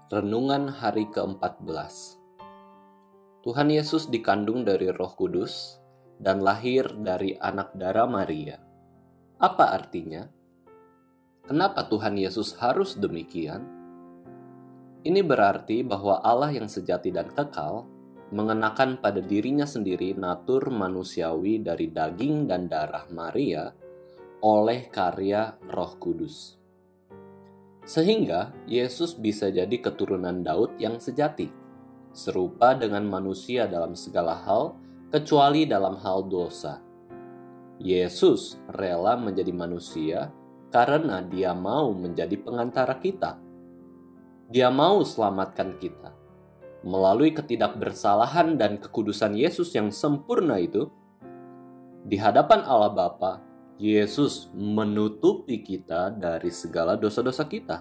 Renungan hari ke-14. Tuhan Yesus dikandung dari Roh Kudus dan lahir dari anak darah Maria. Apa artinya? Kenapa Tuhan Yesus harus demikian? Ini berarti bahwa Allah yang sejati dan kekal mengenakan pada dirinya sendiri natur manusiawi dari daging dan darah Maria oleh karya Roh Kudus. Sehingga Yesus bisa jadi keturunan Daud yang sejati, serupa dengan manusia dalam segala hal, kecuali dalam hal dosa. Yesus rela menjadi manusia karena Dia mau menjadi pengantara kita. Dia mau selamatkan kita. Melalui ketidakbersalahan dan kekudusan Yesus yang sempurna itu, di hadapan Allah Bapa, Yesus menutupi kita dari segala dosa-dosa kita.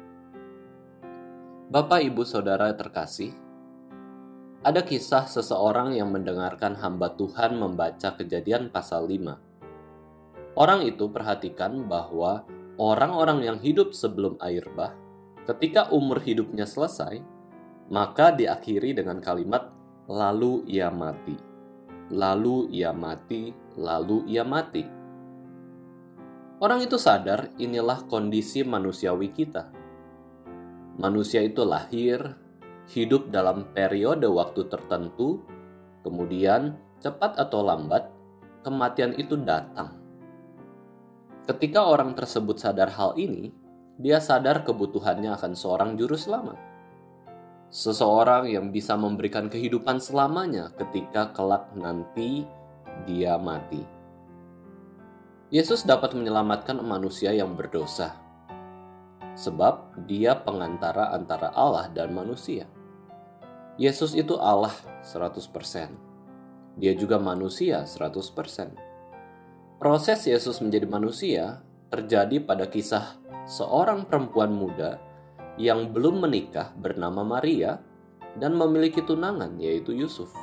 Bapak, Ibu, Saudara terkasih, ada kisah seseorang yang mendengarkan hamba Tuhan membaca Kejadian pasal 5. Orang itu perhatikan bahwa orang-orang yang hidup sebelum air bah, ketika umur hidupnya selesai, maka diakhiri dengan kalimat, lalu ia mati. Lalu ia mati, lalu ia mati. Orang itu sadar inilah kondisi manusiawi kita. Manusia itu lahir, hidup dalam periode waktu tertentu, kemudian cepat atau lambat, kematian itu datang. Ketika orang tersebut sadar hal ini, dia sadar kebutuhannya akan seorang juru selamat. Seseorang yang bisa memberikan kehidupan selamanya ketika kelak nanti dia mati. Yesus dapat menyelamatkan manusia yang berdosa, sebab Dia pengantara antara Allah dan manusia. Yesus itu Allah 100%. Dia juga manusia 100%. Proses Yesus menjadi manusia terjadi pada kisah seorang perempuan muda yang belum menikah bernama Maria dan memiliki tunangan yaitu Yusuf.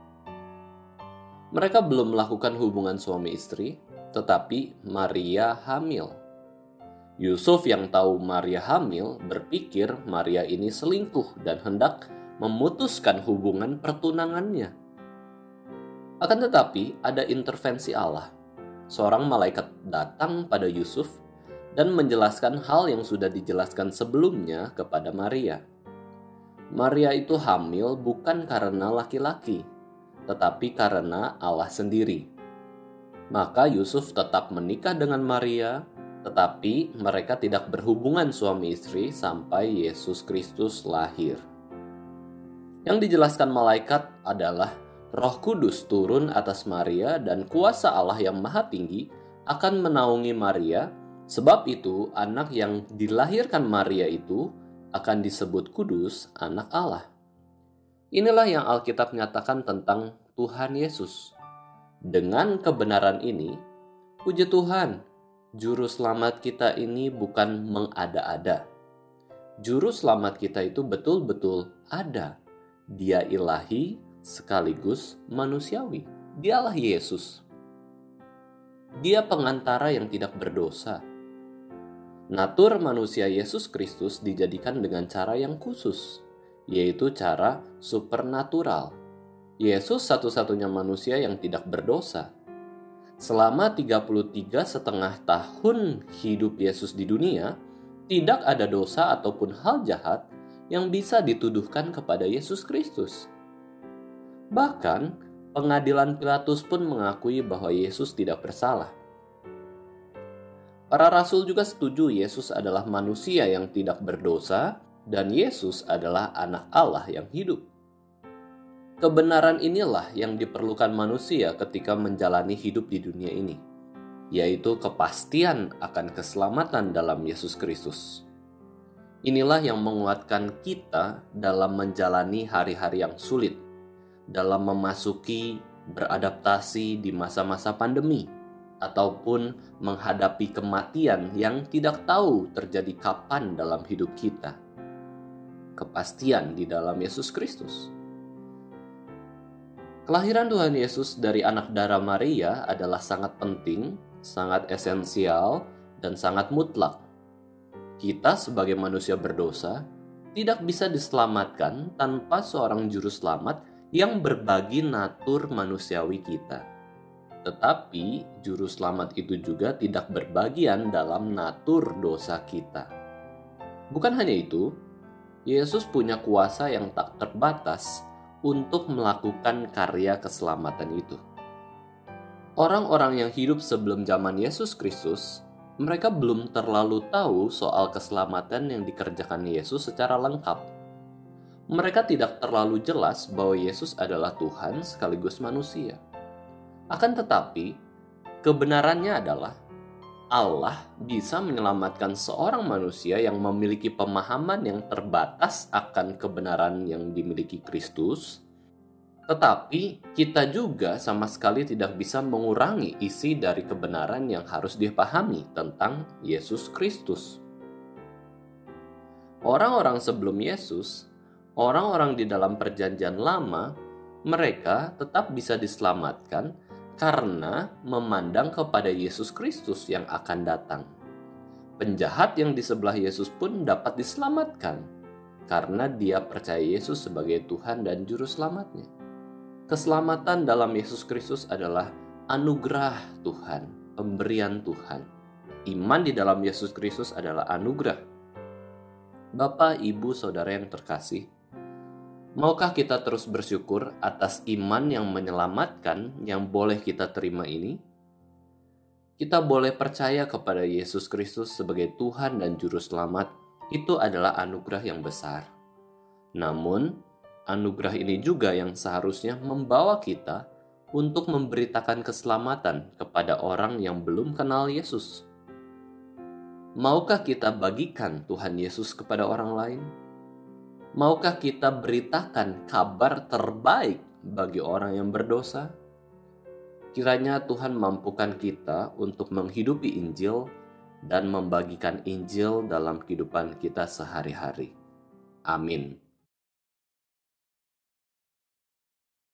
Mereka belum melakukan hubungan suami istri, tetapi Maria hamil. Yusuf yang tahu Maria hamil berpikir Maria ini selingkuh dan hendak memutuskan hubungan pertunangannya. Akan tetapi ada intervensi Allah. Seorang malaikat datang pada Yusuf dan menjelaskan hal yang sudah dijelaskan sebelumnya kepada Maria. Maria itu hamil bukan karena laki-laki, tetapi karena Allah sendiri. Maka Yusuf tetap menikah dengan Maria, tetapi mereka tidak berhubungan suami istri sampai Yesus Kristus lahir. Yang dijelaskan malaikat adalah Roh Kudus turun atas Maria dan kuasa Allah yang Maha Tinggi akan menaungi Maria, sebab itu anak yang dilahirkan Maria itu akan disebut kudus, anak Allah. Inilah yang Alkitab nyatakan tentang Tuhan Yesus. Dengan kebenaran ini, puji Tuhan, Juru Selamat kita ini bukan mengada-ada. Juru Selamat kita itu betul-betul ada. Dia ilahi sekaligus manusiawi. Dialah Yesus. Dia pengantara yang tidak berdosa. Natur manusia Yesus Kristus dijadikan dengan cara yang khusus, yaitu cara supernatural. Yesus satu-satunya manusia yang tidak berdosa. Selama 33,5 tahun hidup Yesus di dunia, tidak ada dosa ataupun hal jahat yang bisa dituduhkan kepada Yesus Kristus. Bahkan, pengadilan Pilatus pun mengakui bahwa Yesus tidak bersalah. Para rasul juga setuju Yesus adalah manusia yang tidak berdosa dan Yesus adalah anak Allah yang hidup. Kebenaran inilah yang diperlukan manusia ketika menjalani hidup di dunia ini, yaitu kepastian akan keselamatan dalam Yesus Kristus. Inilah yang menguatkan kita dalam menjalani hari-hari yang sulit, dalam memasuki beradaptasi di masa-masa pandemi, ataupun menghadapi kematian yang tidak tahu terjadi kapan dalam hidup kita. Kepastian di dalam Yesus Kristus. Kelahiran Tuhan Yesus dari anak darah Maria adalah sangat penting, sangat esensial, dan sangat mutlak. Kita sebagai manusia berdosa tidak bisa diselamatkan tanpa seorang juru selamat yang berbagi natur manusiawi kita. Tetapi juru selamat itu juga tidak berbagian dalam natur dosa kita. Bukan hanya itu, Yesus punya kuasa yang tak terbatas untuk melakukan karya keselamatan itu. Orang-orang yang hidup sebelum zaman Yesus Kristus, mereka belum terlalu tahu soal keselamatan yang dikerjakan Yesus secara lengkap. Mereka tidak terlalu jelas bahwa Yesus adalah Tuhan sekaligus manusia. Akan tetapi, kebenarannya adalah Allah bisa menyelamatkan seorang manusia yang memiliki pemahaman yang terbatas akan kebenaran yang dimiliki Kristus. Tetapi kita juga sama sekali tidak bisa mengurangi isi dari kebenaran yang harus dipahami tentang Yesus Kristus. Orang-orang sebelum Yesus, orang-orang di dalam Perjanjian Lama, mereka tetap bisa diselamatkan karena memandang kepada Yesus Kristus yang akan datang. Penjahat yang di sebelah Yesus pun dapat diselamatkan karena dia percaya Yesus sebagai Tuhan dan Juru Selamatnya. Keselamatan dalam Yesus Kristus adalah anugerah Tuhan, pemberian Tuhan. Iman di dalam Yesus Kristus adalah anugerah. Bapak, Ibu, Saudara yang terkasih, maukah kita terus bersyukur atas iman yang menyelamatkan yang boleh kita terima ini? Kita boleh percaya kepada Yesus Kristus sebagai Tuhan dan Juru Selamat. Itu adalah anugerah yang besar. Namun, anugerah ini juga yang seharusnya membawa kita untuk memberitakan keselamatan kepada orang yang belum kenal Yesus. Maukah kita bagikan Tuhan Yesus kepada orang lain? Maukah kita beritakan kabar terbaik bagi orang yang berdosa? Kiranya Tuhan mampukan kita untuk menghidupi Injil dan membagikan Injil dalam kehidupan kita sehari-hari. Amin.